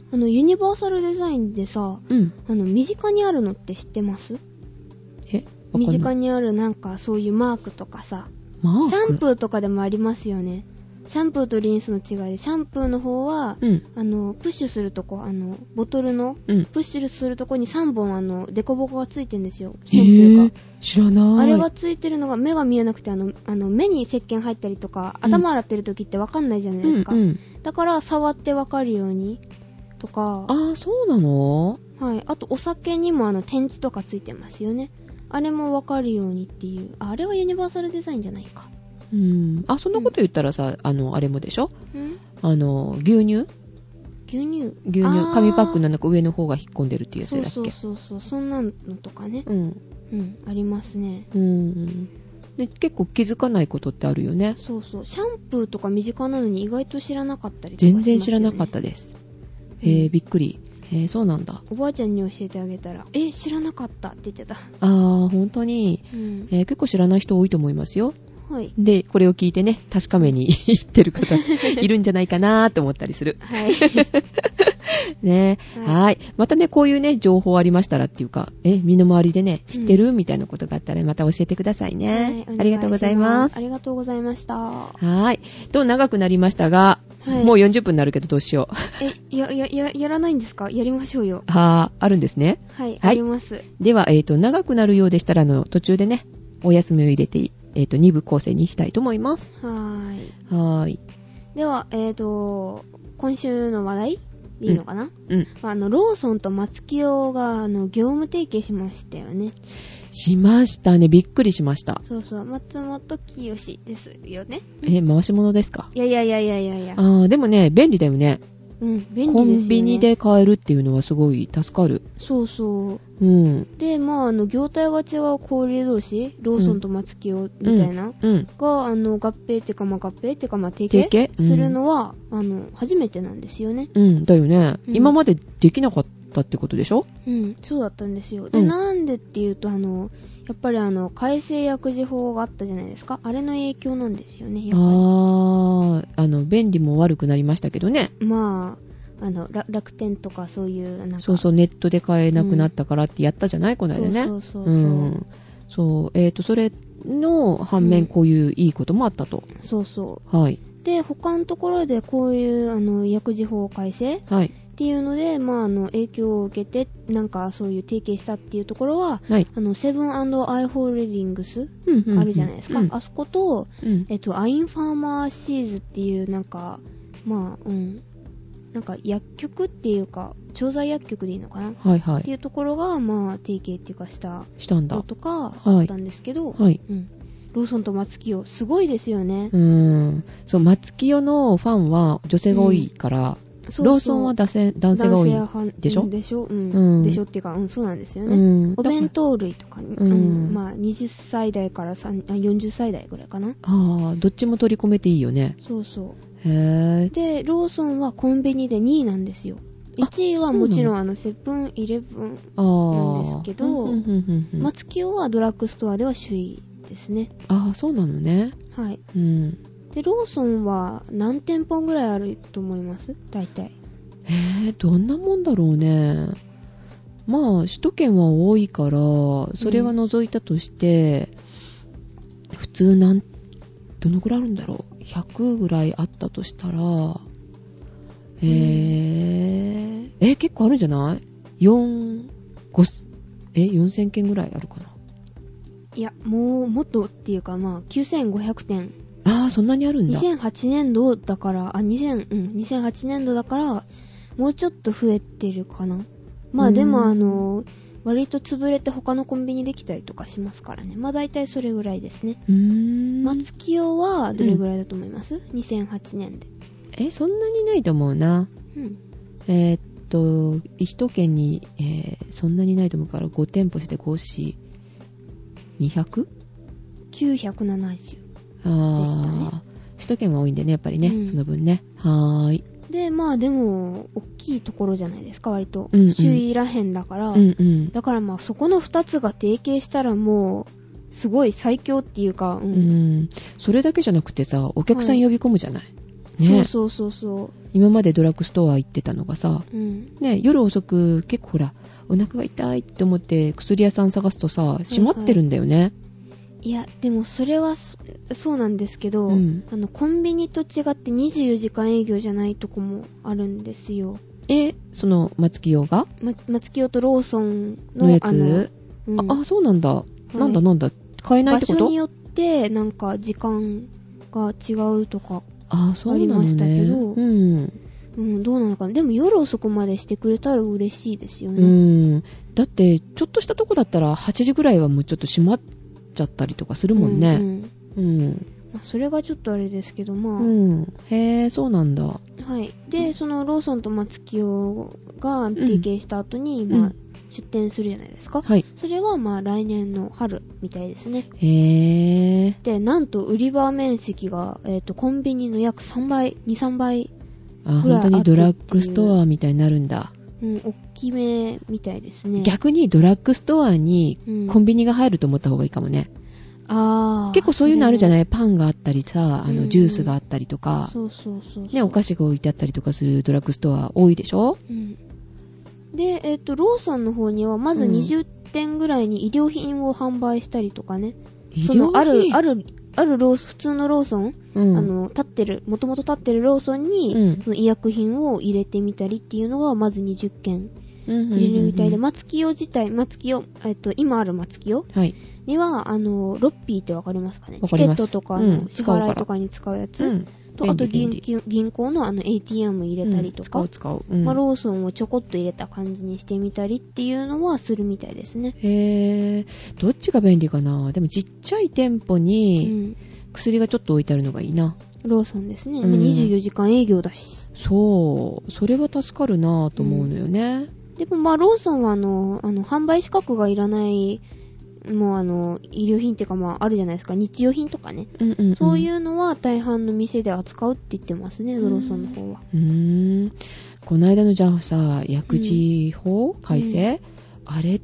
あの、ユニバーサルデザインでさ、 うん。 あの、身近にあるのって知ってます？ え？ 身近にあるなんかそういうマークとかさ、 マーク？ シャンプーとかでもありますよね。シャンプーとリンスの違いで、シャンプーの方は、 うん、 あの、プッシュするとこ、あの、ボトルの、 うん、 プッシュするとこにさんぼん、あの、デコボコがついてるんですよ。シュンっていうか。 知らない。 あれがついてるのが目が見えなくて、あの、あの目に石鹸入ったりとか、うん、頭洗ってる時ってわかんないじゃないですか。うんうん、だから、触ってわかるように、とか。 ああ、そうなの？ はい。あと、お酒にもあの、点字とかついてますよね。あれもわかるようにっていう。あれはユニバーサルデザインじゃないか。 うん。あ、そんなこと言ったらさ、うん、あの、あれもでしょ？ うん、 あの、牛乳牛乳牛乳、紙パックのなんか上の方が引っ込んでるっていうやつだっけ？ そうそうそう、そんなのとかね。 うん。 うん、ありますね。 うん。で、結構気づかないことってあるよね。 そうそう。シャンプーとか身近なのに意外と知らなかったりとかしますよね。 全然知らなかったです。へぇ、うん、びっくり。へぇ、そうなんだ。 おばあちゃんに教えてあげたら、え、知らなかったって言ってた。 あー、本当に、うん、えー、結構知らない人多いと思いますよ。はい。で、これを聞いてね、確かめに行ってる方いるんじゃないかなーって思ったりする。 はい。 ね、はい、はい。またね、こういうね、情報ありましたらっていうか、え、身の回りでね、知ってる、うん、みたいなことがあったら、また教えてくださいね。はい、ありがとうございます。 ありがとうございました。 はい。と、長くなりましたが、はい、もうよんじゅっぷんになるけどどうしよう。 え、や、や、や、やらないんですか？やりましょうよ。 はー、あるんですね。 はい、はい、あります。 では、えっと、長くなるようでしたら、あの、途中でね、お休みを入れて、えっと、に部構成にしたいと思います。 はーい。 はーい。 では、えっと、今週の話題でいいのかな？ うん。うん、 あの、ローソンと松清が、あの、業務提携しましたよね。 しましたね。びっくりしました。 そうそう。松本清ですよね。 え、回し物ですか？ いやいやいやいやいやいや。 あー、でもね、便利だよね。 うん、便利ですよね。 コンビニで買えるっていうのはすごい助かる。 そうそう。 うん。で、 まあ、あの、業態が違う小売同士、ローソンと松清みたいな、 うんうん、 が、あの、合併っていうか、まあ、合併っていうか、まあ、提携するのは、うん、あの、初めてなんですよね。 うん、だよね。うん、今までできなかったってことでしょ？ うん、そうだったんですよ。で、うん、なんでっていうと、あの、やっぱりあの、改正薬事法があったじゃないですか。あれの影響なんですよね、やっぱり。あー、あの、便利も悪くなりましたけどね。 まあ、あの、楽天とかそういう、なんか。 そうそう、ネットで買えなくなったからってやったじゃない、うん、この間ね。 そうそうそうそう。 うん。そう、えっと、それの反面、こういういいこともあったと。 うん、そうそう。 はい。 で、他のところでこういう、あの、薬事法改正はい。っていうので、まあ、あの、影響を受けて、なんかそういう提携したっていうところは、はい、あの、セブン&アイ・ホールディングスあるじゃないですか。うんうんうん、あそこと、うん、えっと、アインファーマーシーズっていう、なんか、まあ、うん、なんか薬局っていうか、調剤薬局でいいのかな、はいはい、っていうところが、まあ、提携っていうかした、 したんだ。 とかあったんですけど、はいはい、うん、ローソンと松清、すごいですよね。 うーん。そう、松清のファンは女性が多いから、うんそうそうローソンは男性、男性が多いでしょでしょ、うん、うん。でしょっていうか、うん、そうなんですよね。うん、お弁当類とかに、うん、まあ、はたち代からよんじゅっさい代ぐらいかな。 ああ、どっちも取り込めていいよね。 そうそう。 へー。 で、ローソンはコンビニでにいなんですよ。いちいはもちろんあのセブンイレブンなんですけど、松清はドラッグストアでは首位ですね。 ああ、そうなのね。 はい。 うん。 で、ローソンは何店舗ぐらいあると思います？大体。 えー、どんなもんだろうね。まあ、首都圏は多いから、それは除いたとして、うん、普通なん、どのぐらいあるんだろう。ひゃくぐらいあったとしたら、えー、うん、え、結構あるんじゃない？ よん、ご、え、よんせんけんぐらいあるかな。 いや、もう、もっとっていうか、まあ、きゅうせんごひゃくてん。 ああ、そんなにあるんだ。 にせんはちねんどだから、あ、にせん、うん、にせんはちねんどだから、もうちょっと増えてるかな。まあでもあの、割と潰れて他のコンビニできたりとかしますからね。まあ大体それぐらいですね。 うーん。 松清はどれぐらいだと思います？うん、にせんはちねんで。 え、そんなにないと思うな。 うん。 えー、っと、首都圏に、えー、そんなにないと思うからご店舗してご、よん、にひゃく？ きゅうひゃくななじゅう。 あでしたね。 首都圏は多いんでね、やっぱりね、うん、その分ね。はーい。 で、まあでも、大きいところじゃないですか、割と。うんうん、周囲らへんだから、 うんうん。 だからまあそこの二つが提携したらもう、すごい最強っていうか、 うん。うん。それだけじゃなくてさ、お客さん呼び込むじゃない、はい、 ね。 そうそうそうそう。 今までドラッグストア行ってたのがさ、 うん、 ね、夜遅く結構ほら、お腹が痛いって思って薬屋さん探すとさ、閉まってるんだよね。はいはい、 いや、でもそれは そ, そうなんですけど、うん、あのコンビニと違ってにじゅうよじかん営業じゃないとこもあるんですよ。 え、その松木用が、 ま、松木用とローソン の, のやつ、 あの、 うん、あ, あ、そうなんだ、はい、なんだなんだ、買えないってこと？ 場所によってなんか時間が違うとかありましたけど、 うん、うん、どうなのかな。でも夜遅くまでしてくれたら嬉しいですよね。 うん、だってちょっとしたとこだったらはちじぐらいはもうちょっと閉まっちゃったりとかするもんね。うんうん、うんまあ、それがちょっとあれですけど、まあ、 うん、へー、そうなんだ。はい。で、そのローソンと松木用が提携した後に、うん、まあ、出店するじゃないですか。 はい。 それはまあ来年の春みたいですね。 へー。 で、なんと売り場面積が、えっと、コンビニの約さんばい、に、さんばいぐらいあって。 あ、本当にドラッグストアみたいになるんだ。 うん、大きめみたいですね。 逆にドラッグストアにコンビニが入ると思った方がいいかもね。うん、あ結構そういうのあるじゃない？パンがあったりさ、あのジュースがあったりとか、 うん、そうそうそうそうね、お菓子が置いてあったりとかするドラッグストア多いでしょ？ うん。で、えっと、ローソンの方にはまずにじゅってんぐらいに医療品を販売したりとかね。 医療品？ そのある、ある、あるロー普通のローソン、 うん、 あの、立ってる、もともと立ってるローソンに、うん、その医薬品を入れてみたりっていうのがまずにじゅっけん入れるみたいで、松木用自体、松木用、えっと、今ある松木用、はい、には、あの、ロッピーってわかりますかね？チケットとかの支払いとかに使うやつ、うん、と、あと銀、銀行のあの エーティーエム 入れたりとか、 うん、使う使う、うん、 まあ、ローソンをちょこっと入れた感じにしてみたりっていうのはするみたいですね。 へー、どっちが便利かな？でもちっちゃい店舗に薬がちょっと置いてあるのがいいな。 ローソンですね。うん、にじゅうよじかん営業だし。 そう、それは助かるなぁと思うのよね。 うん、でもまあローソンはあの、あの、販売資格がいらない、もうあの、医療品っていうかまああるじゃないですか。日用品とかね。うんうんうん、そういうのは大半の店で扱うって言ってますね、ローソンの方は。 うーん。この間のじゃあさ、薬事法、うん、改正、うん、あれって、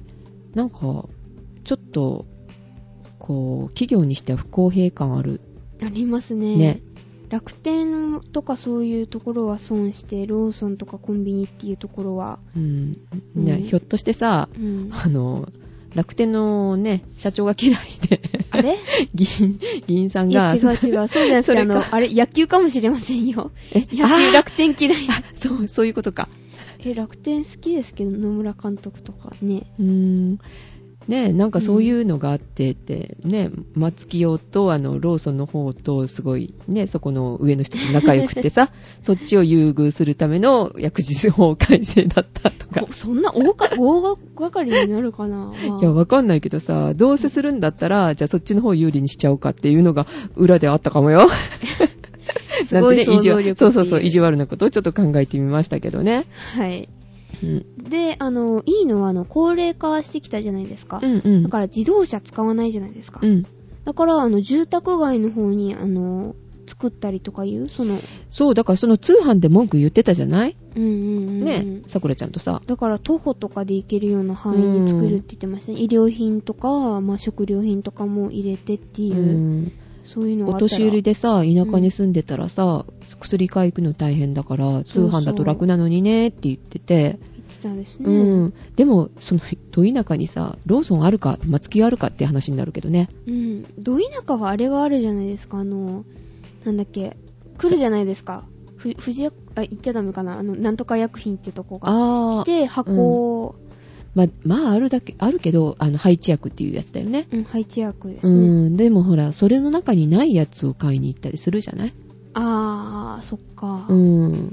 なんか、ちょっと、こう、企業にしては不公平感ある。 ありますね。ね。楽天とかそういうところは損して、ローソンとかコンビニっていうところは。 うん。ね、うん、ひょっとしてさ、うん、あの、楽天のね、社長が嫌いで。 あれ議員、議員さんが。 いや違う違う。そうじゃなくて、あの、あれ、野球かもしれませんよ。え野球楽天嫌い。 そう、そういうことか。 え、楽天好きですけど、野村監督とかね。 うーん。ね、なんかそういうのがあってって、うん、ね、松木用とあのローソンの方とすごいね、そこの上の人と仲良くてさ、そっちを優遇するための薬事法改正だったとか。 そんな大か大掛かりになるかな、まあ、 いや、わかんないけどさ、どうせするんだったら、じゃあそっちの方を有利にしちゃおうかっていうのが裏であったかもよ。 すごい想像力、 ね、そうそうそう、意地悪なことをちょっと考えてみましたけどね。 はい。うん、で、あの、いいのは、あの、高齢化してきたじゃないですか。 うんうん、 だから自動車使わないじゃないですか。 うん、 だから、あの、住宅街の方に、あの、作ったりとかいう、その。 そう、だからその通販で文句言ってたじゃない？ うんうんうん。 ね、さくらちゃんとさ。 だから、徒歩とかで行けるような範囲に作るって言ってましたね。医療品とか、まあ、食料品とかも入れてっていう。うんそういうのがあったらお年寄りでさ、田舎に住んでたらさ、うん、薬買い行くの大変だから、通販だと楽なのにねって言ってて。 言ってたんですね。 うん。でも、その、ど田舎にさ、ローソンあるか、松木あるかって話になるけどね。 うん。ど田舎はあれがあるじゃないですか、あの、なんだっけ、来るじゃないですか。ふ、藤屋、あ、言っちゃダメかな。あの、なんとか薬品ってとこが。来て、箱を、うんまあ、まあ、あるだけ、あるけど、あの、配置薬っていうやつだよね。 うん、配置薬ですね。うん、 でもほら、それの中にないやつを買いに行ったりするじゃない？ あー、そっか。 うん。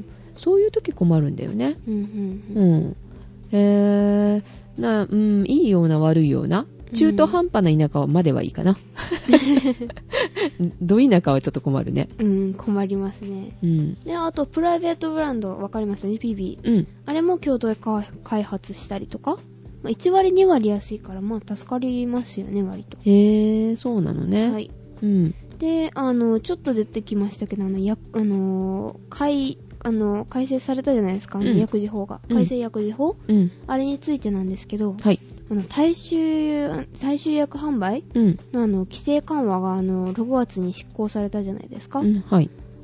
そういう時困るんだよね。 うん、うん、うん。 うん。へー、な、うん、いいような悪いような。中途半端な田舎まではいいかな。ど田舎はちょっと困るね。 うん、困りますね。 うん。 で、あと、プライベートブランド、わかりますよね、ピービー。 うん。 あれも共同で開発したりとか。まあ、いち割に割安いから、まあ、助かりますよね、割と。 へー、そうなのね。 はい。 うん。 で、あの、ちょっと出てきましたけど、あの、や、あの、改、あの、改正されたじゃないですか、あの、うん、薬事法が。改正薬事法、 うん、 あれについてなんですけど、 はい。 あの、大衆、最終薬販売の、うん、 あの、規制緩和が、あの、ろくがつに執行されたじゃないですか。 うん、はい。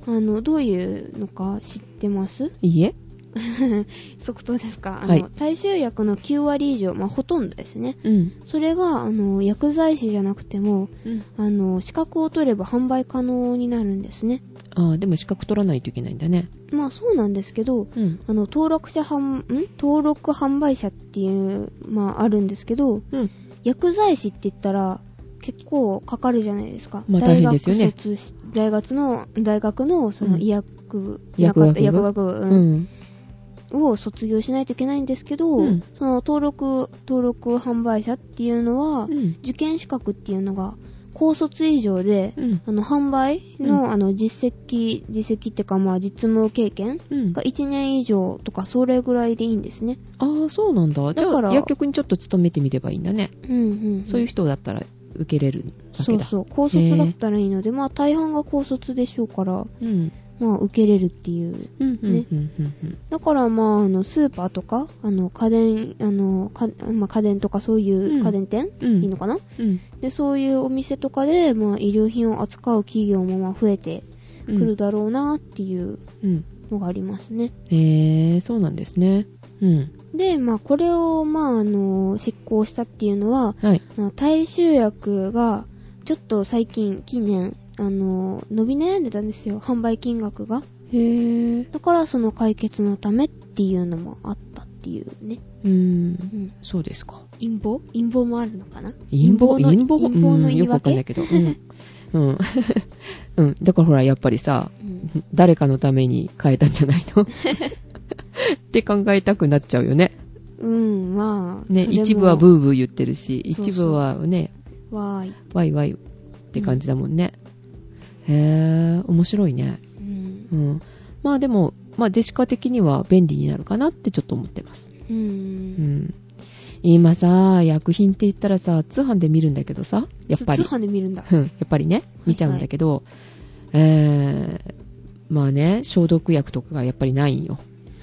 あの、どういうのか知ってます？ いいえ。 即答ですか？あの、 はい、 大衆薬のきゅうわり以上、まあ、ほとんどですね。 うん。 それが、あの、薬剤師じゃなくても、うん、あの、資格を取れば販売可能になるんですね。 ああ、でも資格取らないといけないんだね。 まあそうなんですけど、うん、あの、登録者販、ん登録販売者っていう、まああるんですけど、うん、薬剤師って言ったら、結構かかるじゃないですか。 まあ大変ですよね。 大学卒し、大学の、大学の、その医薬部、 うん、薬学部、 薬学部、うんうん、を卒業しないといけないんですけど、うん、その登録、登録販売者っていうのは、うん、受験資格っていうのが、高卒以上で、うん、あの、販売の、うん、あの、実績、実績ってか、まあ、実務経験がいちねん以上とか、それぐらいでいいんですね。 ああ、そうなんだ。だから、じゃあ、薬局にちょっと勤めてみればいいんだね。うんうんうん、そういう人だったら受けれるわけだ。 そうそう。高卒だったらいいので、まあ、大半が高卒でしょうから、うん、まあ、受けれるっていう、ね。うんうんうんうん、だから、まあ、あの、スーパーとか、あの、家電、あの、かまあ、家電とかそういう家電店、うん、いいのかな、うん、で、そういうお店とかで、まあ、医療品を扱う企業も、まあ、増えてくるだろうな、っていうのがありますね。 うん、へー、そうなんですね。うん。 で、まあ、これを、まあ、あの、執行したっていうのは、はい、大衆薬が、ちょっと最近、近年、あの、伸び悩んでたんですよ、販売金額が。へー。だからその解決のためっていうのもあったっていうね。 うーん。うん、そうですか。 陰謀陰謀もあるのかな？ 陰謀の陰謀陰謀の言い訳、うん、よくわかんないけど。うん。うん。うん。だからほら、やっぱりさ、うん、誰かのために変えたんじゃないのって考えたくなっちゃうよね。 うん、まあ。 ね、一部はブーブー言ってるし、そうそう、一部はね、 わーい。 わいわいって感じだもんね。うん、へー、面白いね。うん。うん。まあでも、まあデシカ的には便利になるかなってちょっと思ってます。うん。うん。今さ、薬品って言ったらさ、通販で見るんだけどさ、やっぱり。 通販で見るんだ。 うん。やっぱりね、見ちゃうんだけど、はいはい、えー、まあね、消毒薬とかがやっぱりないんよ。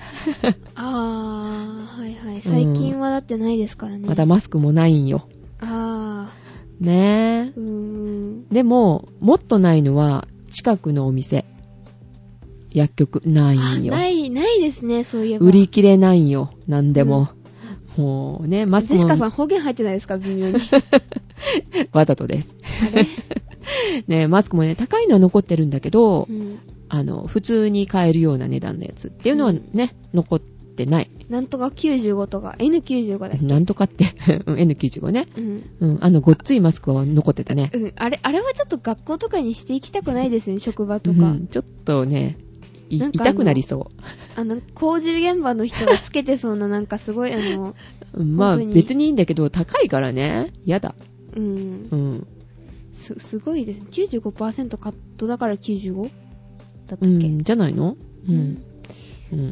あー、はいはい。最近はだってないですからね。うん、 またマスクもないんよ。 あー。ねえ。うーん。でも、もっとないのは、近くのお店。薬局、ないんよ。 ない、ないですね、そういえば。 売り切れないんよ、なんでも。うん、もうね、マスクも。 ジェシカさん方言入ってないですか、微妙に。 わざとです。あれね、マスクもね、高いのは残ってるんだけど、うん、あの、普通に買えるような値段のやつっていうのはね、うん、残ってない。 なんとかきゅうじゅうごとか、エヌきゅうじゅうご だっけ？ なんとかって、エヌきゅうじゅうご ね、うん。うん。あの、ごっついマスクは残ってたね。 うん。あれ、あれはちょっと学校とかにしていきたくないですよね、職場とか。うん、ちょっとね、痛くなりそう。 あの、工事現場の人がつけてそうな、なんかすごい、あの、 まあ、別にいいんだけど、高いからね、やだ。うん。 うん。す、すごいですね。きゅうじゅうごパーセント カットだから きゅうじゅうご？ だったっけ？うん、 じゃないの？うん。うん。うん、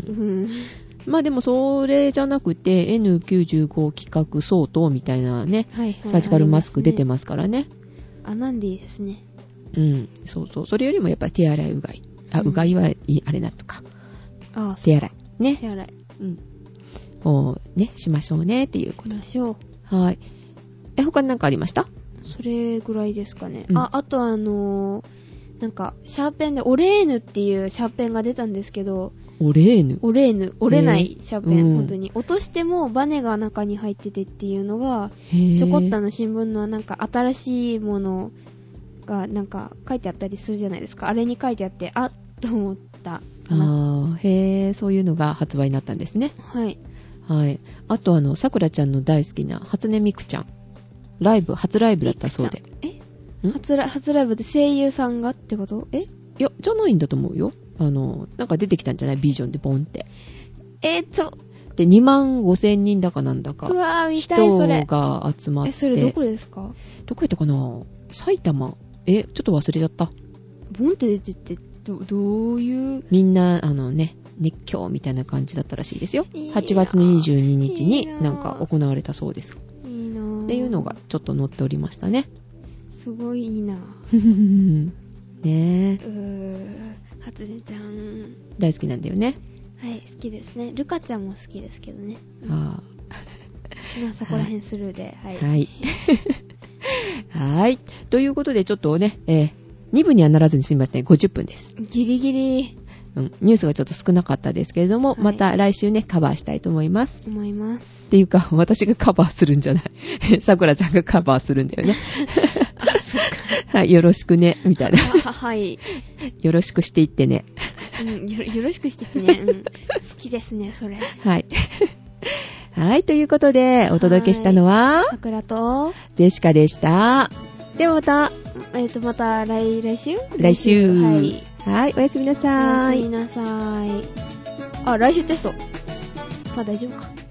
まあでも、それじゃなくて、エヌきゅうじゅうご 規格相当みたいなね、はいはい、サージカルマスク出てますからね。 あ、なんでいいですね。 うん。そうそう。それよりもやっぱり手洗いうがい。あ、うがいは、あれなんとか。ああ、手洗い。ね。 手洗い。うん。 をね、しましょうねっていうこと。 しましょう。 はい。え、他に何かありました？ それぐらいですかね。うん、あ、あとあのー、なんか、シャーペンで、オレーヌっていうシャーペンが出たんですけど、 オレーヌオレーヌ。折れないシャーペン、うん、本当に。落としてもバネが中に入っててっていうのが、ちょこっとの新聞のなんか新しいものがなんか書いてあったりするじゃないですか。あれに書いてあって、あっと思ったかな。 あ、へー、そういうのが発売になったんですね。 はい。 はい。あとあの、さくらちゃんの大好きな初音ミクちゃん。ライブ、初ライブだったそうで。 え初ラ、初ライブで声優さんがってこと？えいや、じゃないんだと思うよ。あの、なんか出てきたんじゃない？ビジョンでボンって。 えー、ちょ。 で、にまんごせんにんだかなんだか。 うわー、見たい、それ。 人が集まって。 え、それどこですか？ どこやったかな？埼玉。え、ちょっと忘れちゃった。 ボンって出てって、ど、どういう。 みんな、あのね、熱狂みたいな感じだったらしいですよ。はちがつのにじゅうににちになんか行われたそうです。 いいなぁ。 っていうのがちょっと載っておりましたね。 すごいいいなぁ。ねえ。 うー、初音ちゃん。 大好きなんだよね。 はい、好きですね。ルカちゃんも好きですけどね。 ああ。まあそこら辺スルーで。はい。 はい。はい。ということでちょっとね、えー、 にぶにはならずに済みましたね。ごじゅっぷんです。 ギリギリ。 うん、ニュースがちょっと少なかったですけれども、はい、また来週ね、カバーしたいと思います。 思います。 っていうか、私がカバーするんじゃない。さくらちゃんがカバーするんだよね。 あ、そっか。 はい、よろしくね、みたいな。 はい。 よろしくしていってね。 うん、よ, よろしくしていってね。うん。好きですね、それ。 はい。はい、ということで、お届けしたのは、 さくらと、 ジェシカでした。ではまた、 えっ、ー、と、また来、来週来週。 はい。 はい、おやすみなさーい。 おやすみなさーい。あ、来週テスト。まあ大丈夫か。